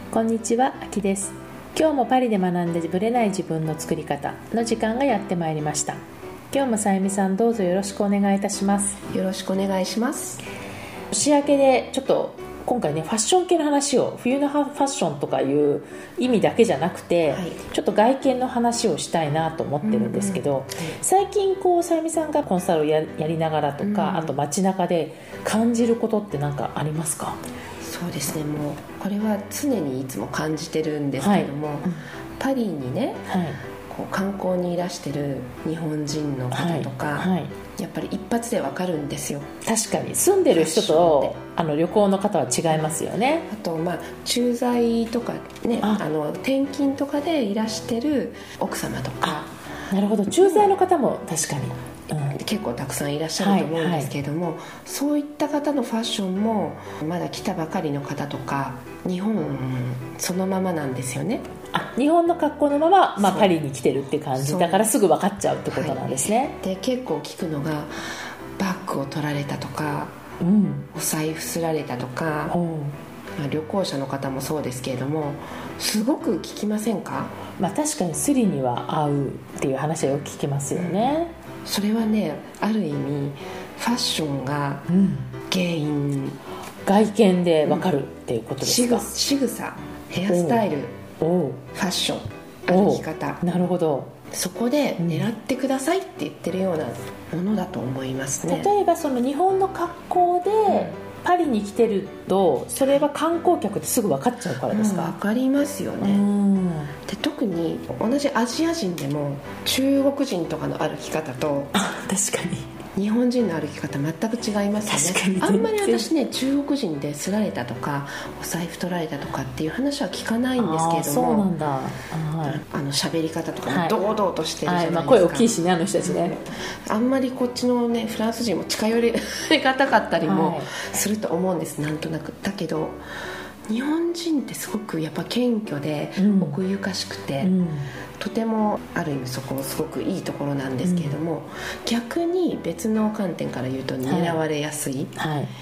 こんにちは、あきです。今日もパリで学んでブレない自分の作り方の時間がやってまいりました。今日もさゆみさん、どうぞよろしくお願いいたします。 よろしくお願いします。 年明けでちょっと今回ね、ファッション系の話を、冬のファッションとかいう意味だけじゃなくて、ちょっと外見の話をしたいなと思ってるんですけど、最近さゆみさんがコンサルを やりながらとか、あと街中で感じることって何かありますか？ そうですね、もうこれは常にいつも感じてるんですけども、パリにね、こう観光にいらしてる日本人の方とか、やっぱり一発でわかるんですよ。 確かに住んでる人と旅行の方は違いますよね。 あと駐在とかね、転勤とかでいらしてる奥様とか。 なるほど、駐在の方も確かに、 結構たくさんいらっしゃると思うんですけれども、そういった方のファッションもまだ来たばかりの方とか、日本そのままなんですよね。 日本の格好のまま、パリに来てるって感じだからすぐ分かっちゃうってことなんですね。 で結構聞くのが、バッグを取られたとか、お財布すられたとか、旅行者の方もそうですけれども、すごく聞きませんか？ 確かにスリには合うっていう話はよく聞きますよね。 それはね、ある意味ファッションが原因、 外見で分かるっていうことですか？ 仕草、ヘアスタイル、ファッション、歩き方。 なるほど。 そこで狙ってくださいって言ってるようなものだと思いますね。 例えばその日本の格好でパリに来てると、それは観光客ってすぐ分かっちゃうからですか？ 分かりますよね。で特に同じアジア人でも、中国人とかの歩き方と確かに日本人の歩き方全く違いますよね。あんまり私ね、中国人ですられたとかお財布取られたとかっていう話は聞かないんですけれども。 そうなんだ。 喋り方とかも堂々としてるじゃないですか。 声大きいしね、あの人たちね。 あんまりこっちのね、フランス人も近寄りがたかったりもすると思うんです、なんとなく。だけど日本人ってすごくやっぱ謙虚で奥ゆかしくて、とてもある意味そこすごくいいところなんですけれども、逆に別の観点から言うと狙われやすい、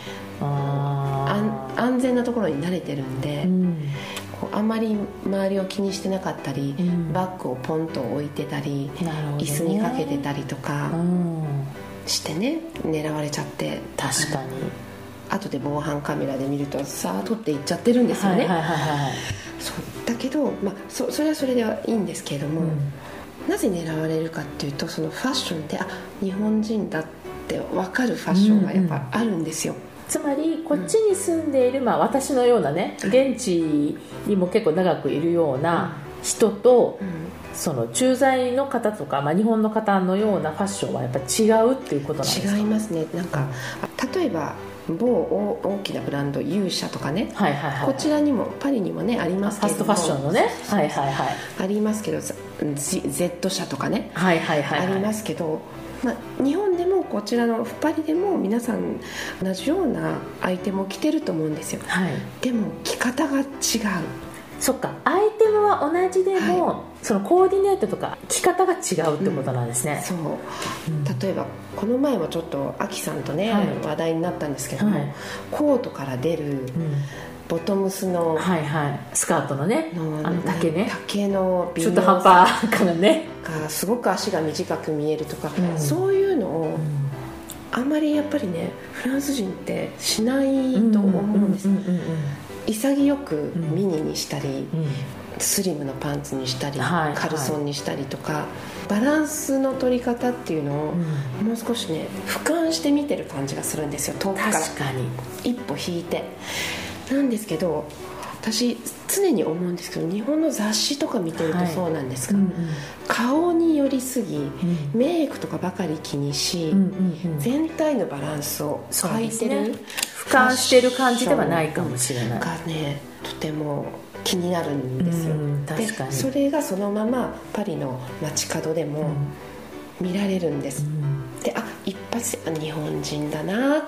安全なところに慣れてるんで、あんまり周りを気にしてなかったり、バッグをポンと置いてたり、椅子にかけてたりとかしてね、狙われちゃって、 確かに後で防犯カメラで見るとさあ撮っていっちゃってるんですよね。そうだけど、それはそれではいいんですけれども、なぜ狙われるかっていうと、そのファッションで日本人だって分かるファッションがやっぱあるんですよ。 つまりこっちに住んでいる、私のようなね、現地にも結構長くいるような人と、その駐在の方とか、日本の方のようなファッションはやっぱ違うっていうことなんですか？ 違いますね。なんか例えば某大きなブランド、勇者とかね、こちらにもパリにもねありますけども、 ファストファッションのね、 ありますけど、Z 社とかね、ありますけど、日本でもこちらのパリでも皆さん同じようなアイテムを着てると思うんですよ。でも着方が違う。 そっか、アイテムは同じでも、そのコーディネートとか着方が違うってことなんですね。 そう、例えばこの前もちょっとアキさんとね、話題になったんですけども、コートから出るボトムスの、 スカートのね、丈ね、 丈の微妙ちょっと半端からね、 すごく足が短く見えるとか、そういうのをあんまりやっぱりね、フランス人ってしないと思うんです。潔くミニにしたり、スリムのパンツにしたり、カルソンにしたりとか、バランスの取り方っていうのをもう少しね、俯瞰して見てる感じがするんですよ、遠くから。 確かに一歩引いてなんですけど、私常に思うんですけど、日本の雑誌とか見てるとそうなんですが、顔に寄りすぎ、メイクとかばかり気にし、全体のバランスを欠いてる、 俯瞰してる感じではないかもしれないがね、とても気になるんですよ。 確かに。 でそれがそのままパリの街角でも見られるんです。で、一発で日本人だなって。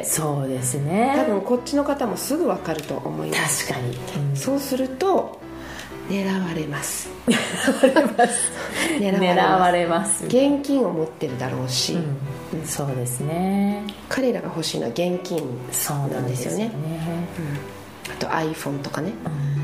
そうですね。 多分こっちの方もすぐ分かると思います。 確かに。 そうすると狙われます。 狙われます。 現金を持ってるだろうし、 そうですね。 彼らが欲しいのは現金なんですよね。あと iPhone とかね、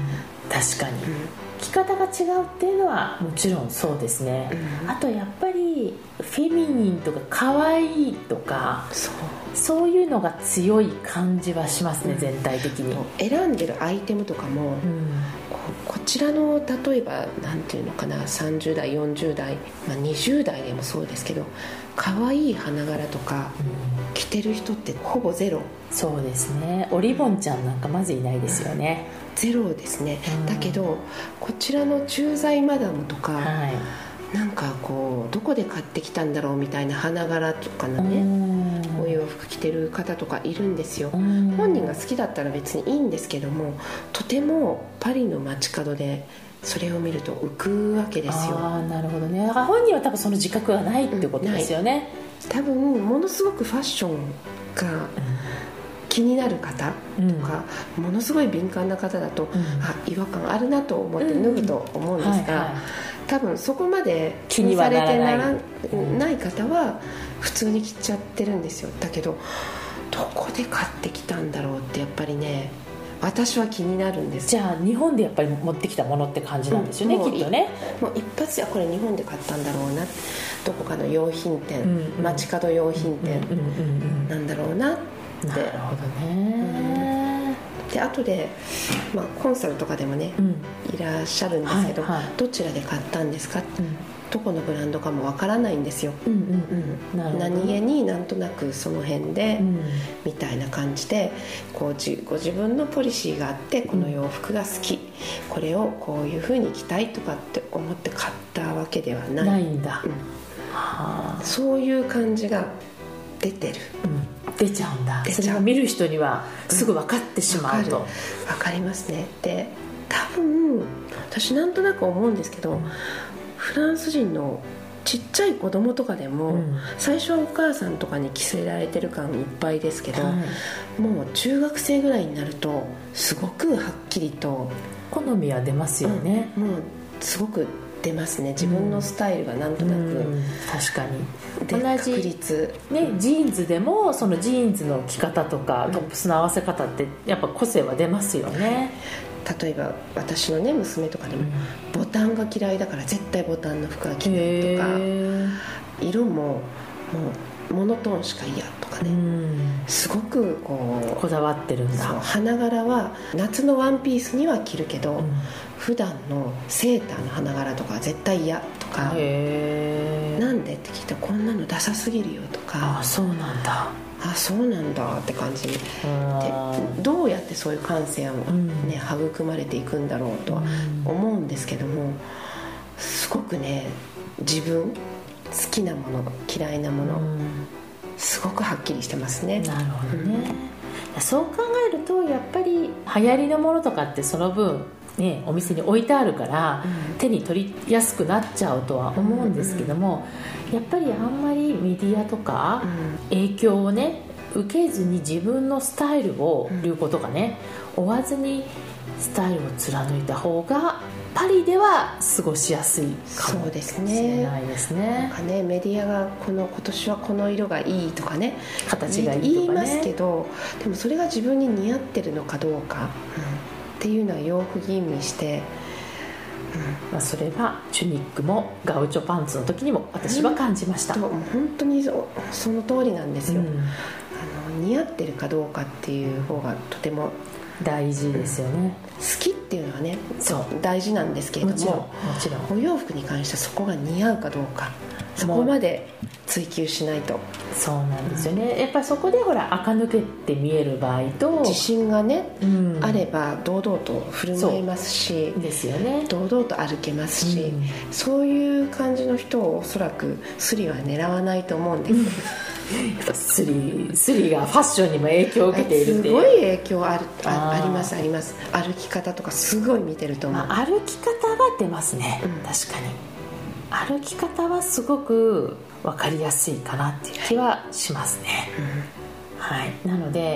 確かに、着方が違うっていうのはもちろんそうですね、あとやっぱりフェミニンとか可愛いとかそういうのが強い感じはしますね、全体的に。 選んでるアイテムとかも、こちらの例えばなんていうのかな、30代40代、20代でもそうですけど、可愛い花柄とか着てる人ってほぼゼロ。 そうですね、おリボンちゃんなんかまずいないですよね、 ゼロですね、だけどこちらの駐在マダムとか、なんかこうどこで買ってきたんだろうみたいな花柄とかのね、お洋服着てる方とかいるんですよ。本人が好きだったら別にいいんですけども、とてもパリの街角でそれを見ると浮くわけですよ。 なるほどね。だから本人は多分その自覚がないってことですよね、 多分ものすごくファッションが気になる方とか、ものすごい敏感な方だと、違和感あるなと思って脱ぐと思うんですが、多分そこまで気にされてない方は普通に着ちゃってるんですよ。だけどどこで買ってきたんだろうってやっぱりね、私は気になるんです。 じゃあ日本でやっぱり持ってきたものって感じなんですよね、きっとね。 もう一発でこれ日本で買ったんだろうな、どこかの用品店、街角用品店なんだろうなって。 なるほどね、 で後で、コンサルとかでもね、いらっしゃるんですけど、どちらで買ったんですか、どこのブランドかもわからないんですよ、何気になんとなくその辺で、みたいな感じでこうご自分のポリシーがあって、この洋服が好き、これをこういう風に着たいとかって思って買ったわけではないんだ、 そういう感じが出てる、 出ちゃうんだ。それを見る人にはすぐ分かってしまうと、 分かりますね。で多分私なんとなく思うんですけど、フランス人のちっちゃい子供とかでも、最初はお母さんとかに着せられてる感いっぱいですけど、もう中学生ぐらいになるとすごくはっきりと好みは出ますよね、 もうすごく出ますね。自分のスタイルがなんとなく、 確かにで同じ確率、 ジーンズでもそのジーンズの着方とか、トップスの合わせ方ってやっぱ個性は出ますよね。 例えば私のね娘とかでも、ボタンが嫌いだから絶対ボタンの服は着ないとか、色もモノトーンしか嫌とかね、すごくこだわってるんだ。 花柄は夏のワンピースには着るけど、普段のセーターの花柄とかは絶対嫌とか、なんでって聞いたらこんなのダサすぎるよとか、 そうなんだ、 そうなんだって感じで、どうやってそういう感性を、育まれていくんだろうとは思うんですけども、すごくね、自分好きなもの嫌いなもの、すごくはっきりしてますね。 なるほどね、そう考えるとやっぱり流行りのものとかってその分お店に置いてあるから、手に取りやすくなっちゃうとは思うんですけども、やっぱりあんまりメディアとか影響をね受けずに自分のスタイルを、流行とかね追わずにスタイルを貫いた方がパリでは過ごしやすいかもしれないですね。 なんかね、メディアが今年はこの色がいいとかね、 形がいいとかね言いますけど、でもそれが自分に似合ってるのかどうか、っていうのはよく吟味して、 それはチュニックもガウチョパンツの時にも私は感じました。 本当にその通りなんですよ、似合ってるかどうかっていう方がとても大事ですよね、 好きっていうのはね大事なんですけれども、 もちろんお洋服に関してはそこが似合うかどうか、そこまで追求しないと。 そうなんですよね、やっぱりそこでほら垢抜けて見える場合と、 自信がね、あれば堂々と振る舞いますし、 ですよね、 堂々と歩けますし、そういう感じの人をおそらくスリは狙わないと思うんですスリがファッションにも影響を受けているっていう、 すごい影響ありますあります。歩き方とかすごい見てると思う、 歩き方は出ますね、確かに歩き方はすごく分かりやすいかなっていう気はしますね、はい、なので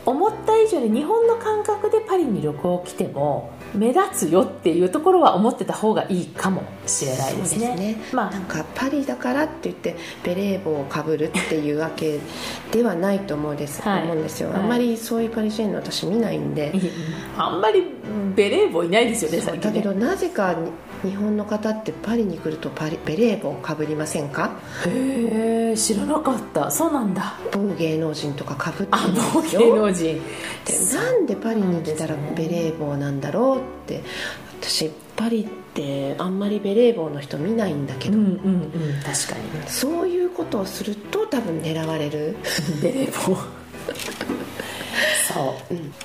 思った以上に日本の感覚でパリに旅行来ても目立つよっていうところは思ってた方がいいかもしれないですね。 そうですね、なんかパリだからって言ってベレー帽をかぶるっていうわけではないと思うんですよ、あんまりそういうパリジェンヌ私見ないんで、 あんまりベレー帽いないですよね、最近ね。 だけどなぜか日本の方ってパリに来るとベレー帽をかぶりませんか？ へえ、知らなかった。そうなんだ。 某芸能人とかかぶってるんですよ。 某芸能人なんでパリに来たらベレー帽なんだろうって、私パリってあんまりベレー帽の人見ないんだけど、 確かにそういうことをすると多分狙われるベレー帽そう、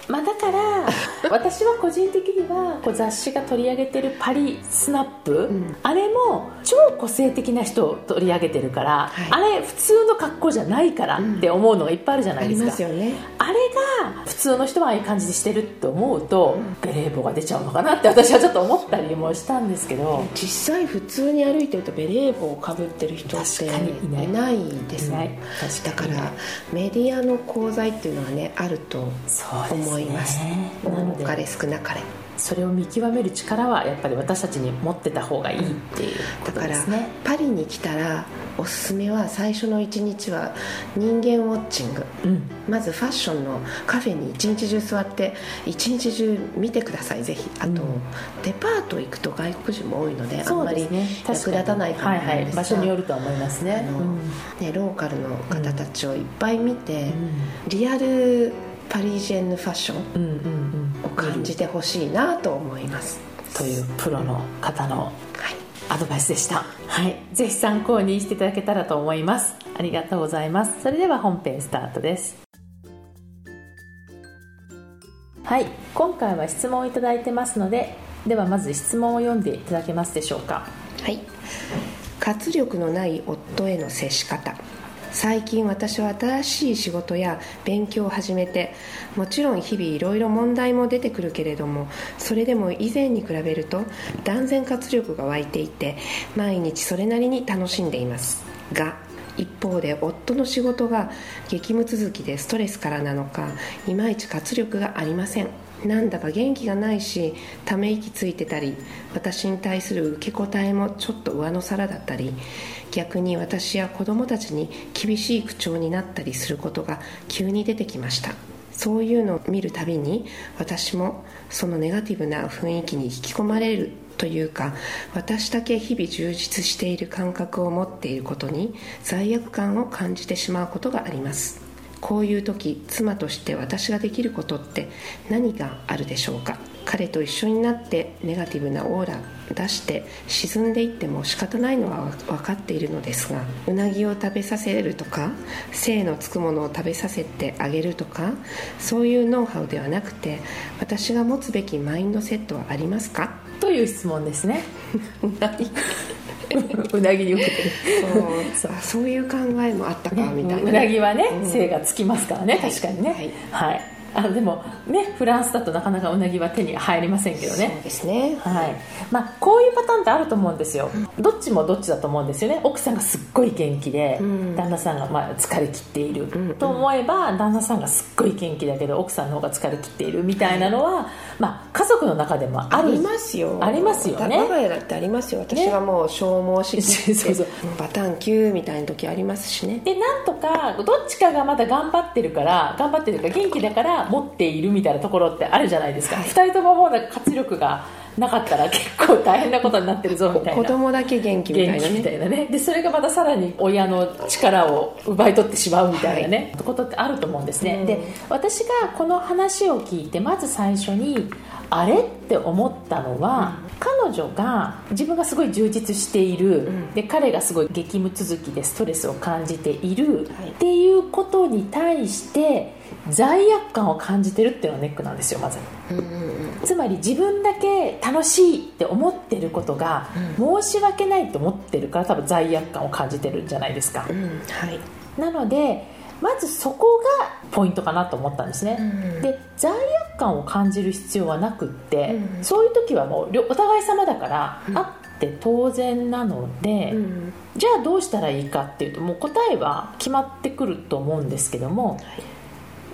だから私は個人的には雑誌が取り上げてるパリスナップ、あれも超個性的な人を取り上げてるから、あれ普通の格好じゃないからって思うのがいっぱいあるじゃないですか、 ありますよね。 あれが普通の人はああいう感じでしてるって思うと、ベレー帽が出ちゃうのかなって私はちょっと思ったりもしたんですけど、 実際普通に歩いてるとベレー帽をかぶってる人っていないですね。だからメディアの功罪っていうのはねあると思います。多かれ少なかれそれを見極める力はやっぱり私たちに持ってた方がいいっていうことですね。 だからパリに来たらおすすめは最初の1日は人間ウォッチング、まずファッションのカフェに一日中座って一日中見てください、ぜひ。あと、デパート行くと外国人も多いので、あんまり役立たないかもしれないですが、 場所によるとは思いますね。 ローカルの方たちをいっぱい見て、リアルパリジェンヌファッションを感じてほしいなと思います、 というプロの方のアドバイスでした。ぜひ参考にしていただけたらと思います。ありがとうございます。それでは本編スタートです。今回は質問をいただいてますので、ではまず質問を読んでいただけますでしょうか。 活力のない夫への接し方。最近私は新しい仕事や勉強を始めて、もちろん日々いろいろ問題も出てくるけれども、それでも以前に比べると断然活力が湧いていて、毎日それなりに楽しんでいますが、一方で夫の仕事が激務続きでストレスからなのか、いまいち活力がありません。なんだか元気がないし、ため息ついてたり、私に対する受け答えもちょっと上の皿だったり、逆に私や子供たちに厳しい口調になったりすることが急に出てきました。そういうのを見るたびに私もそのネガティブな雰囲気に引き込まれるというか、私だけ日々充実している感覚を持っていることに罪悪感を感じてしまうことがあります。こういう時、妻として私ができることって何があるでしょうか。彼と一緒になってネガティブなオーラ出して沈んでいっても仕方ないのは分かっているのですが、うなぎを食べさせるとか精のつくものを食べさせてあげるとか、そういうノウハウではなくて、私が持つべきマインドセットはありますか、 という質問ですね。うなぎに受けてるそういう考えもあったかみたいな、 うなぎはね、精がつきますからね、確かにね。でもね、フランスだとなかなかうなぎは手に入りませんけどね。 そうですね。 こういうパターンってあると思うんですよ。どっちもどっちだと思うんですよね。奥さんがすっごい元気で、旦那さんが疲れ切っている、と思えば、旦那さんがすっごい元気だけど奥さんの方が疲れ切っているみたいなのは、家族の中でもありますよ。ありますよね。 我が家だってありますよ。私がもう消耗しきってバタンキューみたいな時ありますしね。 で、なんとかどっちかがまだ頑張ってるか元気だから持っているみたいなところってあるじゃないですか。2人とももう活力がなかったら結構大変なことになってるぞみたいな。 子供だけ元気みたいなね。 でそれがまたさらに親の力を奪い取ってしまうみたいなことってあると思うんですね。で、私がこの話を聞いてまず最初にあれって思ったのは、彼女が自分がすごい充実している、で彼がすごい激務続きでストレスを感じている、っていうことに対して罪悪感を感じてるっていうのがネックなんですよ、まず。つまり自分だけ楽しいって思ってることが申し訳ないと思ってるから、多分罪悪感を感じてるんじゃないですか。なのでまずそこがポイントかなと思ったんですね。で、罪悪感を感じる必要はなくって、そういう時はもうお互い様だからあって当然なので、じゃあどうしたらいいかっていうと、もう答えは決まってくると思うんですけども、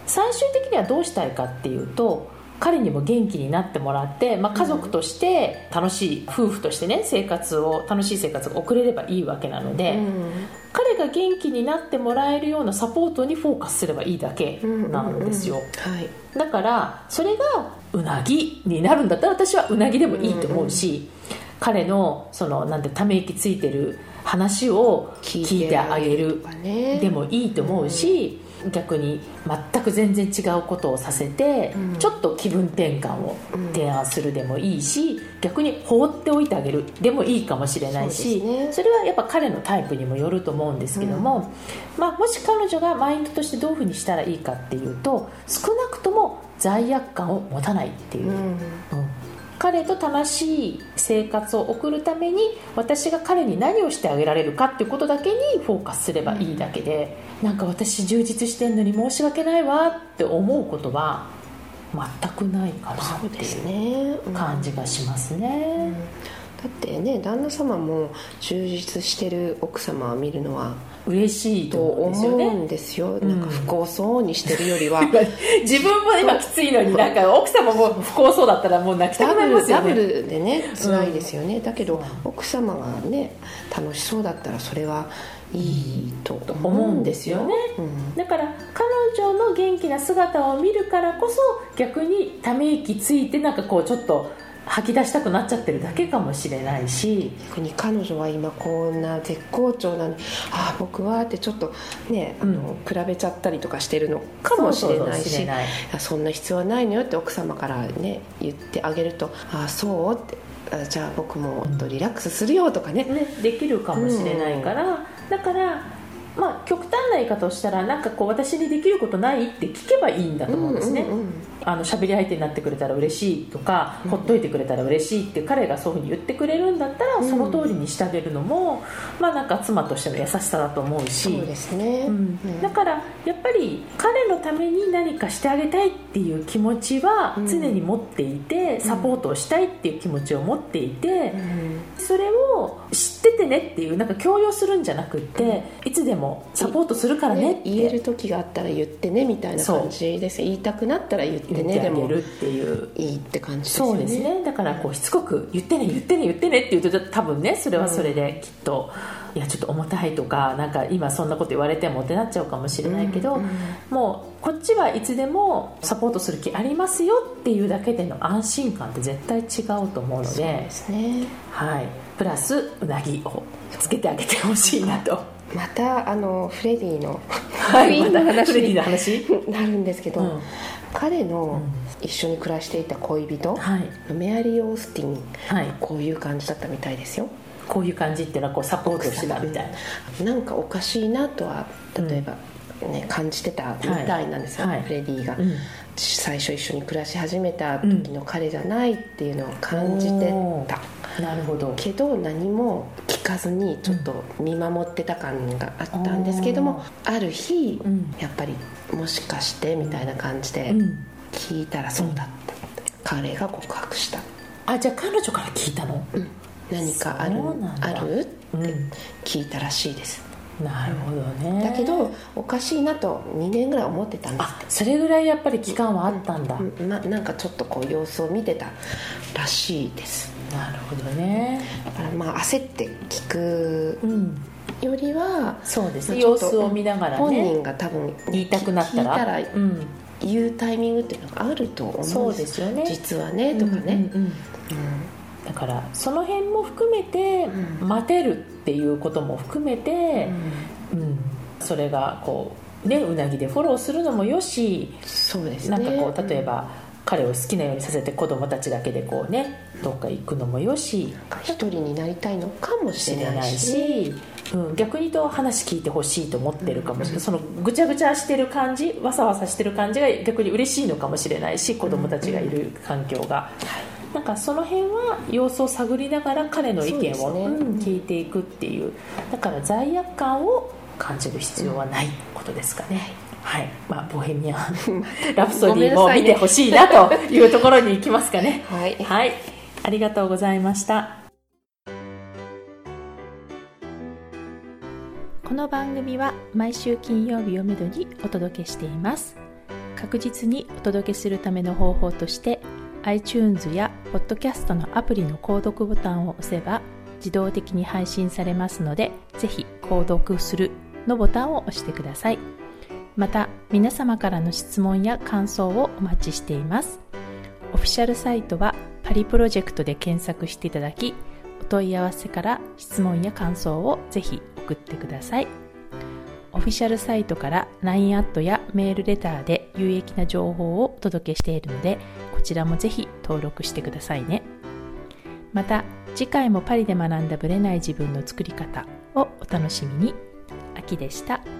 最終的にはどうしたいかっていうと、彼にも元気になってもらって、家族として楽しい、夫婦としてね楽しい生活を送れればいいわけなので、彼が元気になってもらえるようなサポートにフォーカスすればいいだけなんですよ、だからそれがうなぎになるんだったら私はうなぎでもいいと思うし、彼のなんてため息ついてる話を聞いてあげるでもいいと思うし、逆に全く全然違うことをさせて、ちょっと気分転換を提案するでもいいし、逆に放っておいてあげるでもいいかもしれないし、 それはやっぱ彼のタイプにもよると思うんですけども、もし彼女がマインドとしてどういうふうにしたらいいかっていうと、少なくとも罪悪感を持たないっていう、彼と楽しい生活を送るために私が彼に何をしてあげられるかっていうことだけにフォーカスすればいいだけで、なんか私充実してんのに申し訳ないわって思うことは全くないかなっていう感じがしますね。 だってね、旦那様も充実してる奥様を見るのは嬉しいと思うんですよね。 なんか不幸そうにしてるよりは自分も今きついのに、なんか奥様も不幸そうだったらもう泣きたくなりますよね。 ダブルでね辛いですよね、だけど奥様がね楽しそうだったらそれはいいと思うんですよね、 だから彼女の元気な姿を見るからこそ逆にため息ついてなんかこうちょっと吐き出したくなっちゃってるだけかもしれないし、 逆に彼女は今こんな絶好調なのに僕はってちょっとね比べちゃったりとかしてるのかもしれないし、そんな必要はないのよって奥様からね言ってあげると、そうってじゃあ僕もリラックスするよとかね、 できるかもしれないから、だから極端な言い方をしたらなんかこう私にできることないって聞けばいいんだと思うんですね、喋り相手になってくれたら嬉しいとか、ほっといてくれたら嬉しいって彼がそういうふうに言ってくれるんだったら、その通りにしてあげるのもなんか妻としての優しさだと思うし、 そうですね、 だからやっぱり彼のために何かしてあげたいっていう気持ちは常に持っていて、サポートをしたいっていう気持ちを持っていて、それを知っててねっていうなんか強要するんじゃなくって、いつでもサポートするからねって、 言える時があったら言ってねみたいな感じです。言いたくなったら言ってね、 言ってあげるっていういいって感じですよね。 そうですね。だからこうしつこく言ってね言ってね言ってねって言うと多分ねそれはそれできっと、いやちょっと重たいとかなんか今そんなこと言われてもってなっちゃうかもしれないけど、もうこっちはいつでもサポートする気ありますよっていうだけでの安心感って絶対違うと思うので、そうですね、 はい、プラスうなぎをつけてあげてほしいなと。 またフレディのフレディの話になるんですけど、彼の一緒に暮らしていた恋人、メアリー・オースティン、こういう感じだったみたいですよ。 こういう感じっていうのはこうサポートしてたみたいな、 なんかおかしいなとは例えば、感じてたみたいなんですよ、フレディが、最初一緒に暮らし始めた時の彼じゃないっていうのを感じてた、 なるほど。 けど何も聞かずにちょっと見守ってた感があったんですけども、ある日、やっぱりもしかしてみたいな感じで聞いたらそうだった、彼が告白した。 じゃあ彼女から聞いたの？ 何かあるって聞いたらしいです。 なるほどね。 だけどおかしいなと2年ぐらい思ってたんですって。 それぐらいやっぱり期間はあったんだ、 なんかちょっとこう様子を見てたらしいです。 なるほどね。 だから焦って聞くよりは、 そうですね、様子を見ながらね、 本人が多分言いたくなったら言うタイミングっていうのがあると思うんです。 そうですよね、 実はねとかね、 だからその辺も含めて、待てるっていうことも含めて、それがこうねうなぎでフォローするのもよし、 そうですね、 なんかこう例えば、彼を好きなようにさせて子供たちだけでこうねどっか行くのもよし、 一人になりたいのかもしれないし、 逆に言うと話聞いてほしいと思ってるかもしれない、そのぐちゃぐちゃしてる感じ、わさわさしてる感じが逆に嬉しいのかもしれないし、子供たちがいる環境が、なんかその辺は様子を探りながら彼の意見を、聞いていくっていう、だから罪悪感を感じる必要はないことですかね。はい、ボヘミアンラプソディも見てほしいなというところに行きますかね。はい、ありがとうございました。この番組は毎週金曜日をめどにお届けしています。 確実にお届けするための方法として、 iTunes や Podcast のアプリの購読ボタンを押せば自動的に配信されますので、ぜひ購読するのボタンを押してください。また皆様からの質問や感想をお待ちしています。オフィシャルサイトはパリプロジェクトで検索していただき、お問い合わせから質問や感想をぜひ送ってください。オフィシャルサイトから LINE アットやメールレターで有益な情報をお届けしているので、こちらもぜひ登録してくださいね。また次回もパリで学んだブレない自分の作り方をお楽しみに。あきでした。